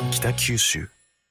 ァン北九州。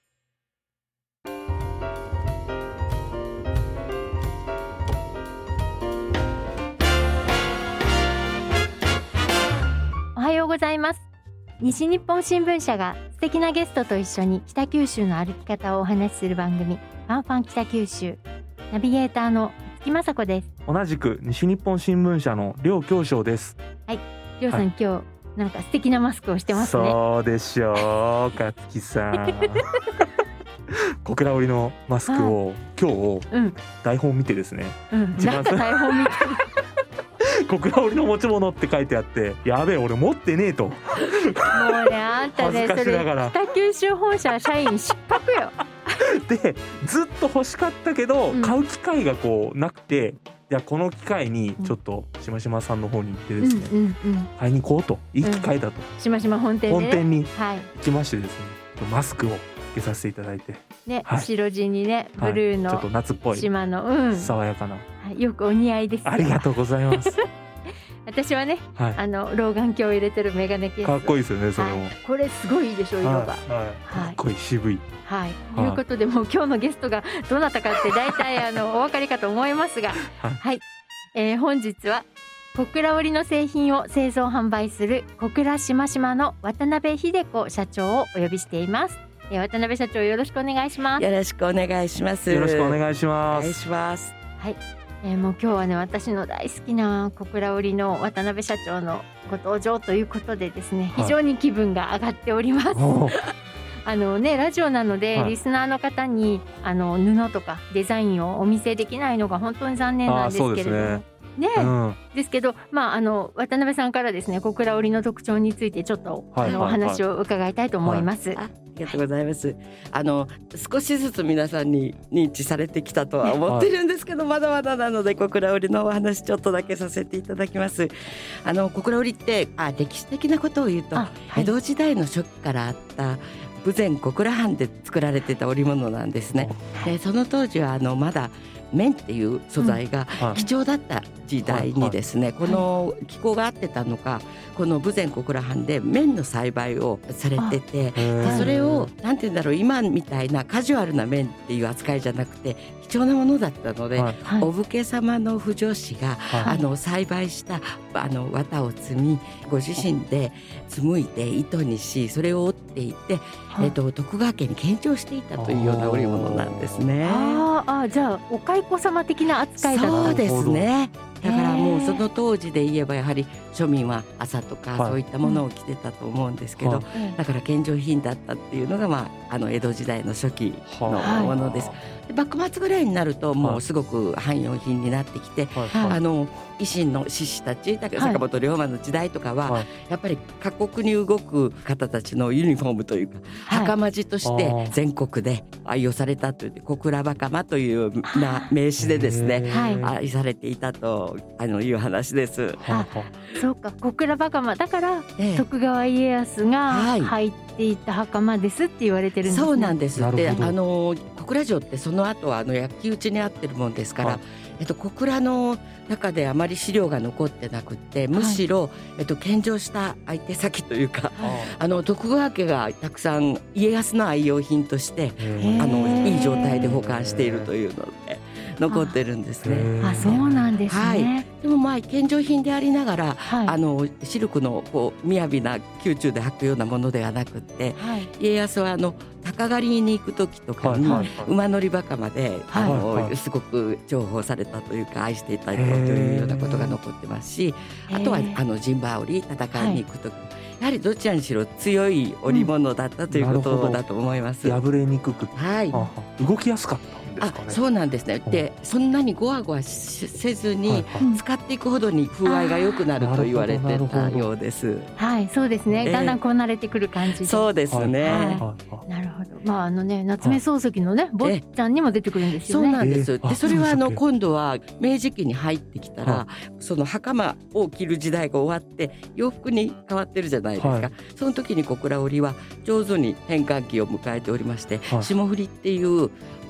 おはようございます。西日本新聞社が素敵なゲストと一緒に北九州の歩き方をお話しする番組、ファンファン北九州。ナビゲーターの月雅子です。 同じく西日本新聞社の両京章です。 はい、両さん、今日なんか素敵なマスクをしてますね。 そうでしょう、かつきさん。小倉織のマスクを今日、台本見てですね、 なんか台本見て小倉織の持ち物って書いてあって、やべえ俺持ってねえと。もうね、あんたね、それ北九州本社社員失格よ。 でずっと欲しかったけど、買う機会がこうなくて、いやこの機会にちょっとしましまさんの方に行ってですね、買いに行こうと、いい機会だと、 しましま本店に行きましてですね、マスクをつけさせていただいてね、 白地にね、ブルーのちょっと夏っぽい島の、 爽やかな、 よくお似合いです。 ありがとうございます。 私はね、老眼鏡を入れてるメガネケース、 かっこいいですよね、それも。 これすごいいいでしょ、色が。かっこいい、渋い。 ということで、もう今日のゲストがどなたかって大体お分かりかと思いますが、本日は小倉織の製品を製造販売する小倉しましまの渡辺秀子社長をお呼びしています。渡辺社長、よろしくお願いします。 よろしくお願いします。 よろしくお願いします。 お願いします。 はい、もう今日はね、私の大好きな小倉織の渡辺社長のご登場ということでですね、非常に気分が上がっております。ラジオなので、リスナーの方に布とかデザインをお見せできないのが本当に残念なんですけれどもですけど、渡辺さんからですね、小倉織の特徴についてちょっとお話を伺いたいと思います。 ありがとうございます。少しずつ皆さんに認知されてきたとは思ってるんですけど、まだまだなので小倉織のお話ちょっとだけさせていただきます。小倉織って歴史的なことを言うと、江戸時代の初期からあった豊前小倉藩で作られてた織物なんですね。でその当時はまだ綿っていう素材が貴重だった時代にですね、この気候が合ってたのか、この豊前小倉藩で綿の栽培をされてて、でそれをなんて言うんだろう、今みたいなカジュアルな綿っていう扱いじゃなくて貴重なものだったので、お武家様の婦女子が栽培した綿を摘み、ご自身で紡いで糸にし、それを織っていて、徳川家に献上していたというような織物なんですね。 じゃあお蚕様的な扱いだった。 そうですね。だからもうその当時で言えば、やはり庶民は朝とかそういったものを着てたと思うんですけど、だから献上品だったっていうのが、江戸時代の初期のものです。で幕末ぐらいになるともうすごく汎用品になってきて、維新の志士たち、坂本龍馬の時代とかは、やっぱり各国に動く方たちのユニフォームというか、袴地として全国で愛用されたという小倉袴という名詞でですね、愛されていたという話です。 そうか、小倉袴だから、徳川家康が入っていた袴ですって言われてるんですね。 そうなんです。で小倉城ってその後は焼き討ちにあってるもんですから、小倉の中であまり資料が残ってなくって、むしろ、献上した相手先というか、徳川家がたくさん家康の愛用品としていい状態で保管しているというので残ってるんですね。 そうなんですね。 でも献上品でありながら、シルクの雅な宮中で履くようなものではなくって、家康は鷹狩りに行く時とかに馬乗り袴ですごく重宝されたというか、愛していたというようなことが残ってますし、あとは陣馬織戦いに行く時、やはりどちらにしろ強い織物だったということだと思います。 破れにくくて、動きやすかったんですかね。 そうなんですね。でそんなにゴワゴワせずに、使っていくほどに風合いが良くなると言われてたようです。 そうですね。だんだんこう慣れてくる感じで。 そうですね。 なるほど。夏目漱石のね、坊ちゃんにも出てくるんですよね。 そうなんです。でそれは今度は明治期に入ってきたら、その袴を着る時代が終わって洋服に変わってるじゃないですか。その時に小倉織は上手に変換期を迎えておりまして、霜降りっていう今も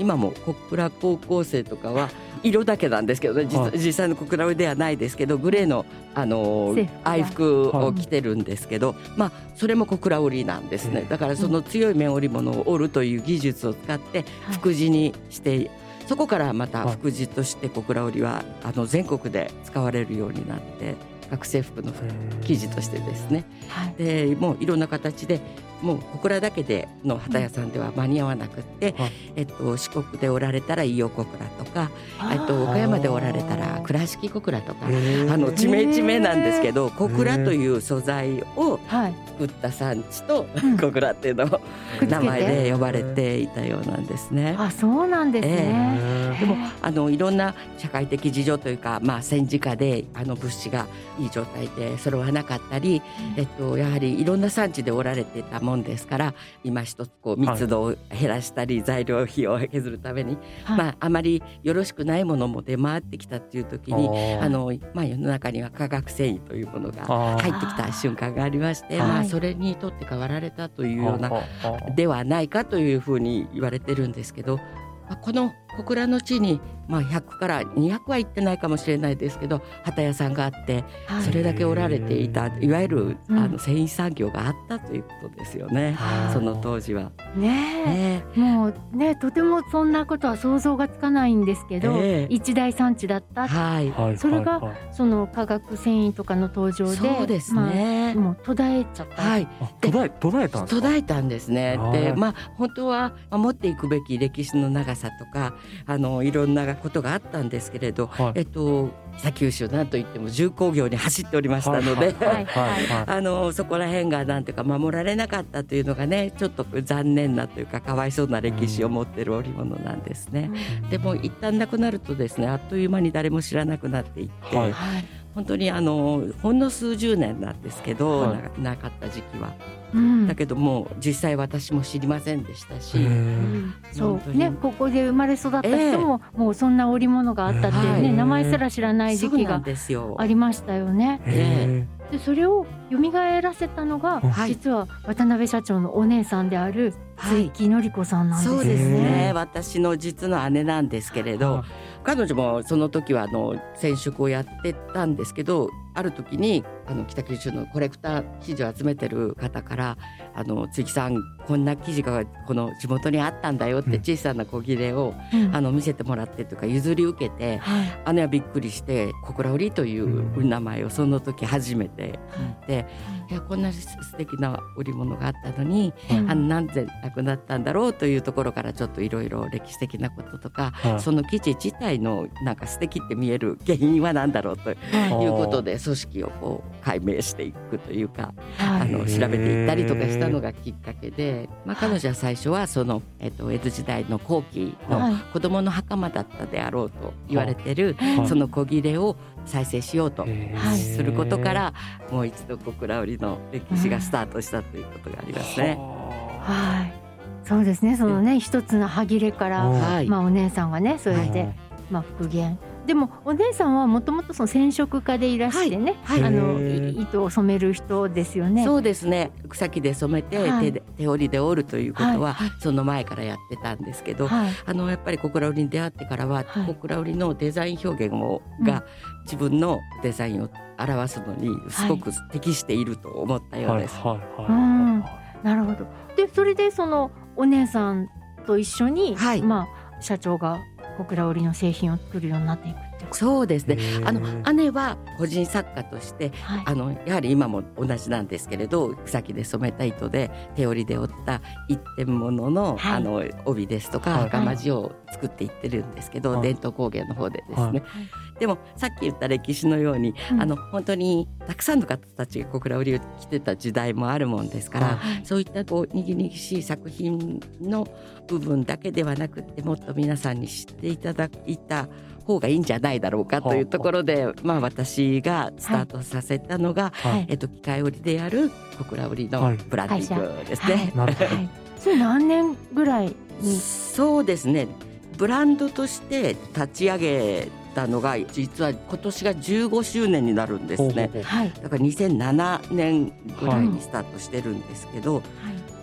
小倉高校生とかは色だけなんですけどね、実際の小倉織ではないですけど、グレーの、愛服を着てるんですけど、それも小倉織なんですね。だからその強い綿織物を織るという技術を使って服地にして、そこからまた服地として小倉織は全国で使われるようになって、学生服の生地としてですね、でもういろんな形で、もう小倉だけでの旗屋さんでは間に合わなくって、四国で織られたら伊予小倉とか、岡山で織られたら倉敷小倉とか、地名なんですけど、小倉という素材を作った産地と小倉っていうのを名前で呼ばれていたようなんですね。 そうなんですね。 でもいろんな社会的事情というか、戦時下で物資がいい状態で揃わなかったり、やはりいろんな産地で織られていたもんですから、今一つ密度を減らしたり、材料費を削るために、あまりよろしくないものも出回ってきたっていう時に、世の中には化学繊維というものが入ってきた瞬間がありまして、それにとって変わられたというようなではないかというふうに言われてるんですけど、この小倉の地に、100から200は行ってないかもしれないですけど、旗屋さんがあって、それだけ織られていた、いわゆる繊維産業があったということですよね、その当時は。 もうね、とてもそんなことは想像がつかないんですけど、一大産地だった、それがその化学繊維とかの登場で、 そうですね、 もう途絶えちゃった、 途絶えたんですか。途絶えたんですね。で、本当は守っていくべき歴史の長さとか、いろんなことがあったんですけれど、北九州なんといっても重工業に走っておりましたので、そこら辺がなんていうか守られなかったというのがね、ちょっと残念なというかかわいそうな歴史を持っている織物なんですね。でも一旦なくなるとですね、あっという間に誰も知らなくなっていって、本当にほんの数十年なんですけど、なかった時期は。だけども実際私も知りませんでしたし、 そうね、ここで生まれ育った人も、もうそんな織物があったっていうね、名前すら知らない時期がありましたよね。でそれを蘇らせたのが、実は渡辺社長のお姉さんである露木典子さんなんですね。 そうですね、私の実の姉なんですけれど、彼女もその時は染色をやってたんですけど、ある時に北九州のコレクター生地を集めてる方から露木さん、こんな生地がこの地元にあったんだよって小さな小切れを、見せてもらってとか譲り受けて、姉はびっくりして小倉織という名前をその時初めて聞いて、いやこんな素敵な織物があったのに、なんでなくなったんだろうというところからちょっといろいろ歴史的なこととか、その生地自体のなんか素敵って見える原因は何だろうということで組織を解明していくというか、調べていったりとかしたのがきっかけで、彼女は最初はその、江戸時代の後期の子供の袴だったであろうと言われてる、その小切れを再生しようとすることから、もう一度小倉織の歴史がスタートしたということがありますね。 そうですね、そのね一つの歯切れから、お姉さんがねそうやって、復元でもお姉さんはもともとその染色家でいらしてね、糸を染める人ですよね。 そうですね、草木で染めて、手織りで織るということは、その前からやってたんですけど、やっぱり小倉織に出会ってからは、小倉織のデザイン表現が自分のデザインを表すのにすごく適していると思ったようです。 なるほど。でそれでそのお姉さんと一緒に、社長が小倉織の製品を作るようになっていくってこと。 そうですね、姉は個人作家として、やはり今も同じなんですけれど、草木で染めた糸で手織りで織った一点物の、帯ですとか袴地を作っていってるんですけど、伝統工芸の方でですね、でもさっき言った歴史のように、本当にたくさんの方たちが小倉織を着てた時代もあるもんですから、そういったにぎにぎしい作品の部分だけではなくて、もっと皆さんに知っていただいた方がいいんじゃないだろうかというところで、私がスタートさせたのが、機械織である小倉織のブランディングですね。 それ何年ぐらいに？ そうですね、ブランドとして立ち上げたのが実は今年が15周年になるんですね。だから2007年ぐらいにスタートしてるんですけど、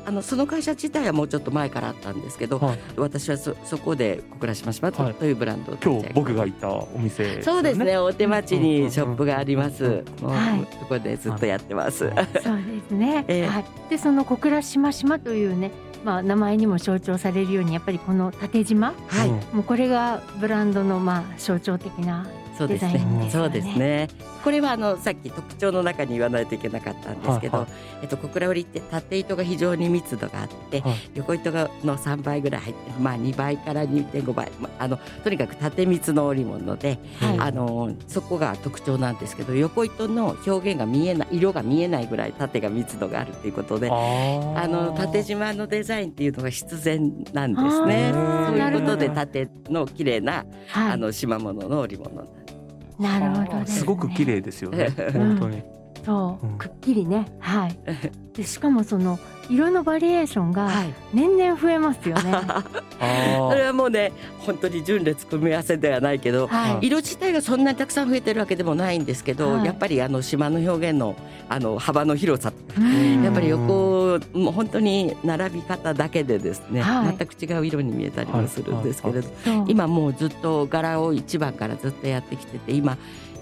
その会社自体はもうちょっと前からあったんですけど、私はそこで小倉島島というブランドを今日僕が行ったお店ですよね。 そうですね、大手町にショップがあります。そこでずっとやってます。そうですね。でその小倉島島というね、名前にも象徴されるようにやっぱりこの縦縞、もうこれがブランドの象徴的なデザインですよね。 そうですね。これはさっき特徴の中に言わないといけなかったんですけど、小倉織って縦糸が非常に密度があって、横糸の3倍ぐらい入って、2倍から 2.5 倍、とにかく縦密の織物で、そこが特徴なんですけど、横糸の表現が見えない、色が見えないぐらい縦が密度があるということで、縦縞のデザインっていうのが必然なんですね。そういうことで縦の綺麗な縞物の織物なんです。 なるほどですね。 すごく綺麗ですよね。本当に。 そう、くっきりね。でしかもその色のバリエーションが年々増えますよね。 それはもうね、本当に順列組み合わせではないけど、色自体がそんなにたくさん増えてるわけでもないんですけど、やっぱり縞の表現の幅の広さとか、やっぱり横もう本当に並び方だけでですね、全く違う色に見えたりもするんですけれど、今もうずっと柄を1番からずっとやってきてて、今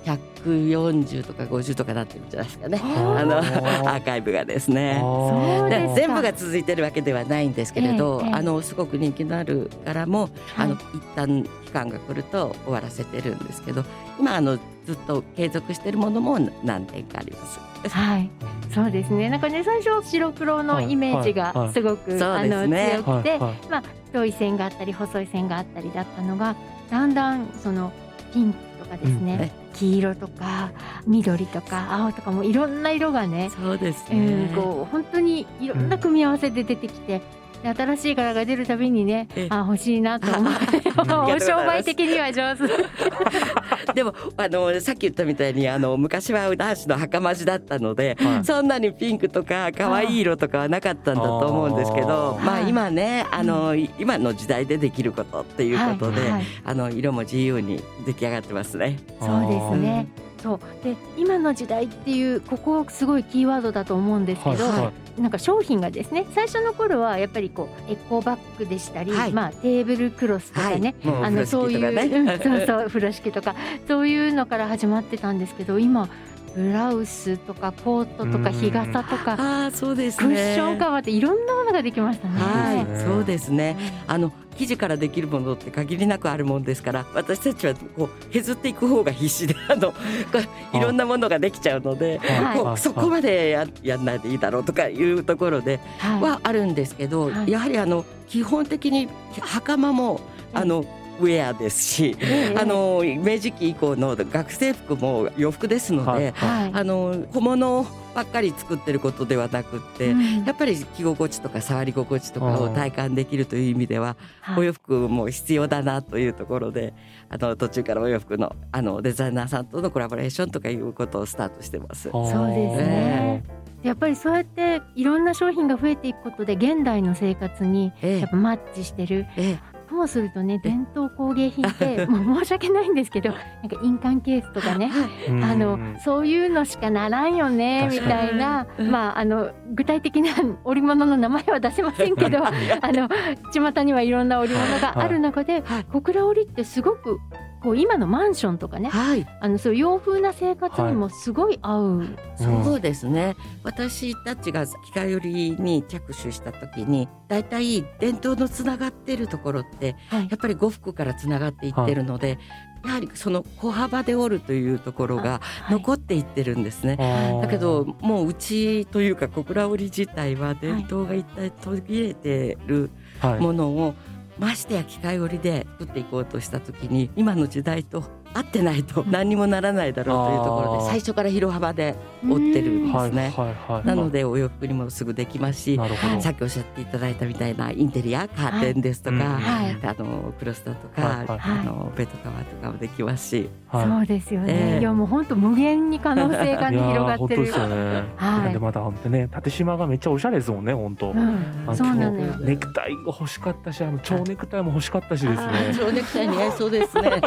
140とか50とかなってるんじゃないですかね、アーカイブがですね。全部が続いてるわけではないんですけれど、すごく人気のある柄も、一旦期間が来ると終わらせてるんですけど、今ずっと継続しているものも何点かあります。 そうですね。なんかね、最初白黒のイメージがすごく強くて、太い線があったり細い線があったりだったのが、だんだんそのピンクとかですね、黄色とか緑とか青とかもいろんな色がね、 そうですね、 本当にいろんな組み合わせで出てきて、新しい柄が出るたびにね、欲しいなと思って商売的には上手でもさっき言ったみたいに昔は男子の袴地だったので、そんなにピンクとか可愛い色とかはなかったんだと思うんですけど、今ね今の時代でできることっていうことで、色も自由に出来上がってますね。 そうですね。そうで、今の時代っていうここすごいキーワードだと思うんですけど、なんか商品がですね、最初の頃はやっぱりエコバッグでしたり、テーブルクロスとかね、そういう風呂敷とかそういうのから始まってたんですけど、今ブラウスとかコートとか日傘とか、 そうですね、 クッションカバーっていろんなものができましたね。 そうですね。生地からできるものって限りなくあるもんですから、私たちは削っていく方が必死でいろんなものができちゃうので、そこまでやんないでいいだろうとかいうところではあるんですけど、やはり基本的に袴もウェアですし、明治期以降の学生服も洋服ですので、小物ばっかり作ってることではなくって、やっぱり着心地とか触り心地とかを体感できるという意味では、お洋服も必要だなというところで、途中からお洋服のデザイナーさんとのコラボレーションとかいうことをスタートしてます。 そうですね。やっぱりそうやっていろんな商品が増えていくことで現代の生活にやっぱマッチしてる。ともするとね、伝統工芸品ってもう申し訳ないんですけど、なんか印鑑ケースとかね、そういうのしかならんよねみたいな、具体的な織物の名前は出せませんけど巷にはいろんな織物がある中で、小倉織ってすごく今のマンションとかね、そういう洋風な生活にもすごい合う。 そうですね。私たちが機械織りに着手した時に、だいたい伝統のつながっているところって、やっぱり呉服からつながっていってるので、やはりその小幅で織るというところが残っていってるんですね。だけどもううちというか小倉織自体は伝統が一体途切れてるものを、ましてや機械織りで作っていこうとした時に、今の時代と合ってないと何にもならないだろうというところで、最初から広幅で織ってるんですね。なのでお洋服にもすぐできますし、さっきおっしゃっていただいたみたいなインテリア、カーテンですとか、クロスターとか、ベッドカバーとかもできますし。 そうですよね。いやもう本当無限に可能性が広がってる。 本当ですよね。でまた本当ね、縦縞がめっちゃおしゃれですもんね。本当。 そうなのよ。 ネクタイが欲しかったし、蝶ネクタイも欲しかったしですね。 蝶ネクタイ似合いそうですね。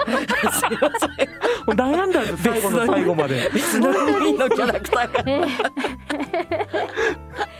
悩んだんです最後の最後まで。 別のキャラクターが。 そうや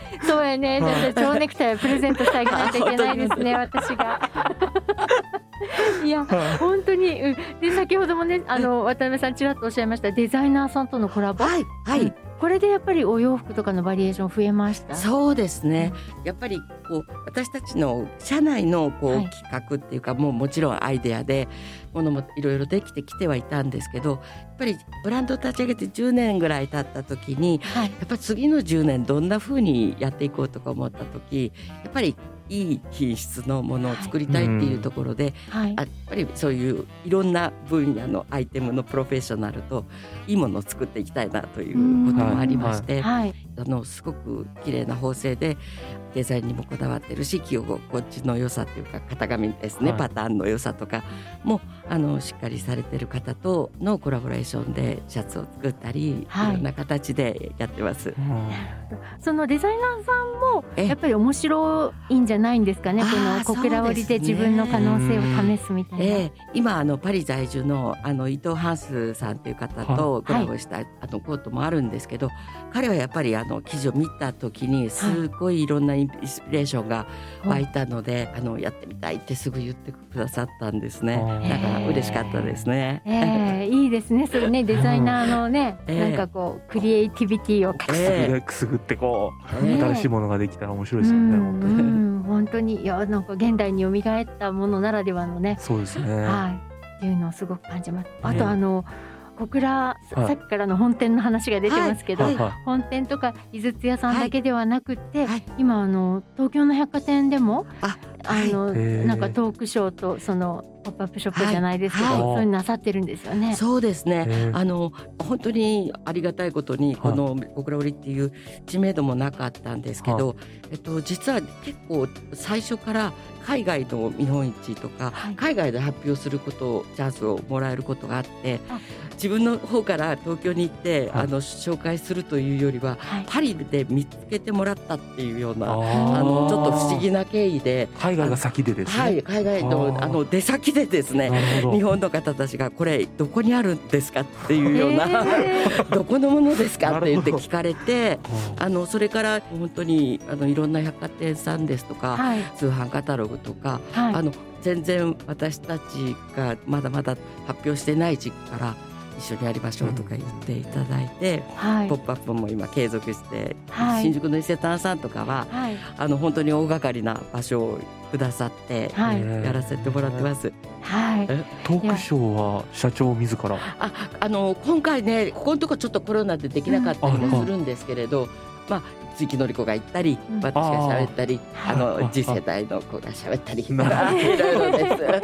前ね、蝶ネクタイをプレゼントしてあげないといけないですね私が。いや本当に、で先ほどもね渡辺さんちらっとおっしゃいましたデザイナーさんとのコラボ、 はいはい、 これでやっぱりお洋服とかのバリエーション増えました？ そうですね、やっぱりこう私たちの社内のこう、 はい、 企画っていうかもちろんアイデアでものもいろいろできてきてはいたんですけど、やっぱりブランドを立ち上げて10年ぐらい経った時に、はい、やっぱり次の10年どんな風にやっていこうとか思った時、やっぱりいい品質のものを作りたいっていうところで、はい、やっぱりそういういろんな分野のアイテムのプロフェッショナルといいものを作っていきたいなということもありまして、はい、すごく綺麗な縫製でデザインにもこだわってるし、着心地の良さっていうか型紙ですね、はい、パターンの良さとかもしっかりされてる方とのコラボレーションでシャツを作ったり、はい、いろんな形でやってます、 そのデザイナーさんもやっぱり面白いんじゃないんですかね、この小倉織で自分の可能性を試すみたいな、 今パリ在住の伊藤ハンスさんという方とコラボした、コートもあるんですけど、彼はやっぱり記事を見た時にすごいいろんなインスピレーションが湧いたので、やってみたいってすぐ言ってくださったんですね。だから嬉しかったですね。 いいですねそれね、デザイナーのね、なんかこうクリエイティビティをくすぐってこう、新しいものができたら面白いですよね。 本当にいやなんか現代に蘇ったものならではのね、 そうですね、 はい、っていうのをすごく感じます。あと小倉、さっきからの本店の話が出てますけど、本店とか井筒屋さんだけではなくて、今東京の百貨店でもなんかトークショーとそのポップアップショップじゃないですけど、そういうのなさってるんですよね。 そうですね、本当にありがたいことにこの小倉織っていう知名度もなかったんですけど、実は結構最初から海外の見本市とか、海外で発表することチャンスをもらえることがあって、自分の方から東京に行って、紹介するというよりは、パリで見つけてもらったっていうようなちょっと不思議な経緯で、 海外が先でですね、 海外の出先でですね、日本の方たちがこれどこにあるんですかっていうような、どこのものですかって言って聞かれて、それから本当にいろんな百貨店さんですとか、通販カタログとか、全然私たちがまだまだ発表してない時期から一緒にやりましょうとか言っていただいて、ポップアップも今継続して、新宿の伊勢丹さんとかは、本当に大掛かりな場所をくださってやらせてもらってます。 トークショーは社長自ら今回ね、ここのとこちょっとコロナでできなかったりもするんですけれど、鈴木のり子が行ったり、私が喋ったり、次世代の子が喋ったり、いろいろです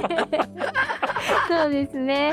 そうですね、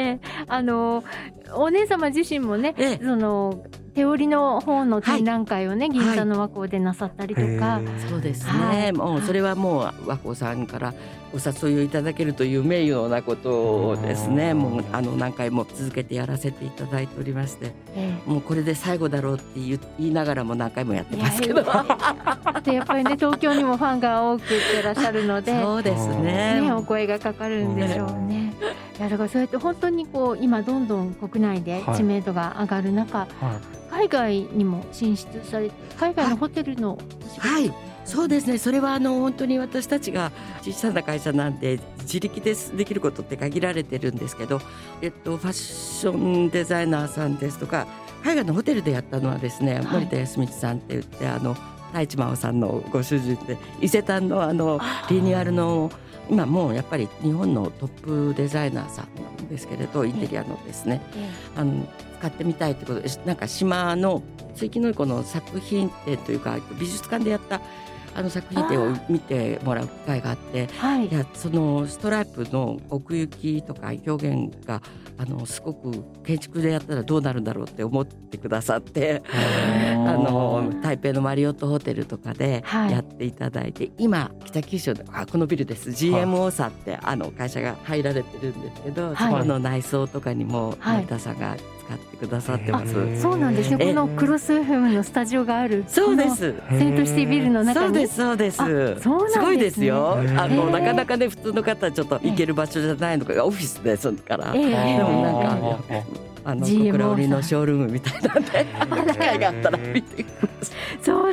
お姉様自身もね、その手織りの方の展覧会をね、銀座の和光でなさったりとか、 そうですね、もうそれはもう和光さんからお誘いをいただけるという名誉のなことをですね、もう何回も続けてやらせていただいておりまして、もうこれで最後だろうって言いながらも何回もやってますけど、 でやっぱりね、東京にもファンが多くいってらっしゃるので、 そうですね、 お声がかかるんでしょうね。いやだからそうやって本当にこう今どんどん国内で知名度が上がる中、海外にも進出されて、海外のホテルのそうですね、それは本当に私たちが小さな会社なんで自力でできることって限られてるんですけど、ファッションデザイナーさんですとか、海外のホテルでやったのはですね、森田康光さんって言って太一真央さんのご主人で、伊勢丹のリニューアルの今もうやっぱり日本のトップデザイナーさんなんですけれど、インテリアのですね、使ってみたいってことで、なんか島の鈴木のり子の作品展というか美術館でやった作品展を見てもらう機会があって、いやそのストライプの奥行きとか表現がすごく建築でやったらどうなるんだろうって思ってくださって、台北のマリオットホテルとかでやっていただいて、今北九州のこのビルです GMO さって会社が入られてるんですけど、そこの内装とかにも森田さんが使ってくださってます。 そうなんですね。このクロス FM のスタジオがある、 そうです、 セントシティビルの中に。 そうですそうです。すごいですよ。なかなかね、普通の方はちょっと行ける場所じゃないのがオフィスですから、でもなんか小倉織のショールームみたいなんで、機会があったら見てください。 そうですか。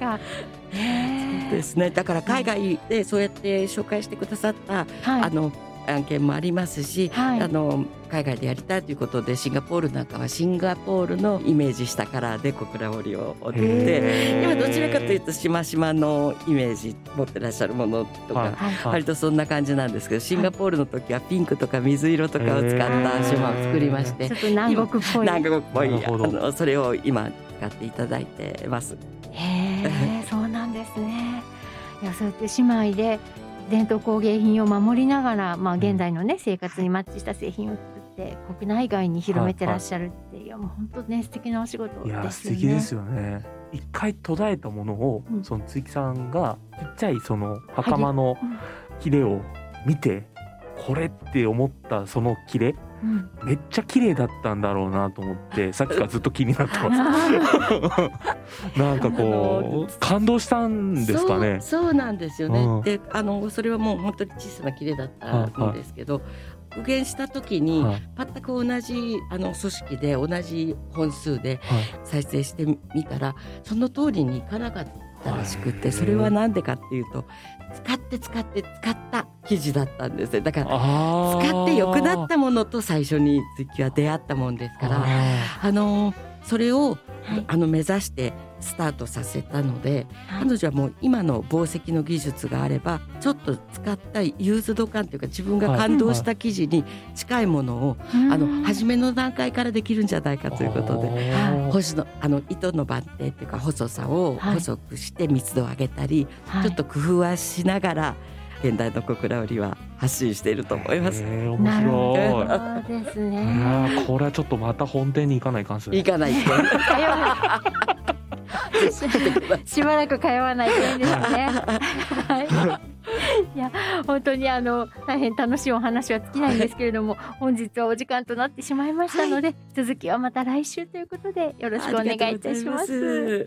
か。 そうですね。だから海外でそうやって紹介してくださった、案件もありますし、海外でやりたいということでシンガポールなんかはシンガポールのイメージしたカラーで小倉織を織って今どちらかというとしましまのイメージ持ってらっしゃるものとか、割とそんな感じなんですけど、シンガポールの時はピンクとか水色とかを使ったしまを作りまして、 ちょっと南国っぽいそれを今使っていただいてます。 そうなんですね。いや、そうやって姉妹で伝統工芸品を守りながら、現代のね生活にマッチした製品を作って国内外に広めてらっしゃるっていう、もう本当ね素敵なお仕事ですよね。 いや素敵ですよね。一回途絶えたものを、そのつ木さんがちっちゃいその袴の切れを見て、これって思ったその切れ、めっちゃ綺麗だったんだろうなと思ってさっきからずっと気になってますなんかこう感動したんですかね。 そうなんですよね、でそれはもう本当に小さな切れだったんですけど、復元した時に全く同じ組織で同じ本数で再生してみたらその通りにいかなかったらしくて、それはなんでかっていうと使った生地だったんですね。だから使って良くなったものと最初に月は出会ったもんですから、それを目指してスタートさせたので、彼女はもう今の紡績の技術があればちょっと使ったユーズド感というか自分が感動した生地に近いものを初めの段階からできるんじゃないかということで、糸の番手っていうか細さを細くして密度を上げたり、ちょっと工夫はしながら現代の小倉織は発信していると思います。 面白い。そうですね。 いやこれはちょっとまた本店に行かないかんすね。 行かないとしばらく通わないといいんですね。いや本当に大変楽しいお話は尽きないんですけれども、本日はお時間となってしまいましたので、続きはまた来週ということでよろしくお願いいたします。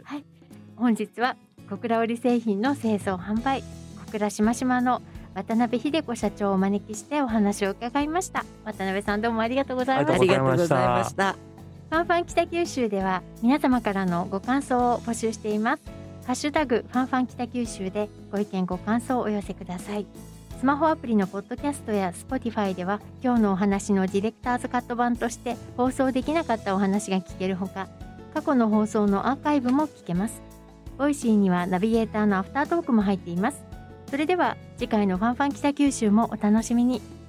本日は小倉織製品の製造販売小倉しましまの渡辺秀子社長をお招きしてお話を伺いました。渡辺さんどうもありがとうございました。 ありがとうございました。 ファンファン北九州では皆様からのご感想を募集しています。ハッシュタグファンファン北九州でご意見ご感想をお寄せください。スマホアプリのポッドキャストや Spotify では今日のお話のディレクターズカット版として放送できなかったお話が聞けるほか、過去の放送のアーカイブも聞けます。ボイシーにはナビゲーターのアフタートークも入っています。それでは次回のファンファン北九州もお楽しみに。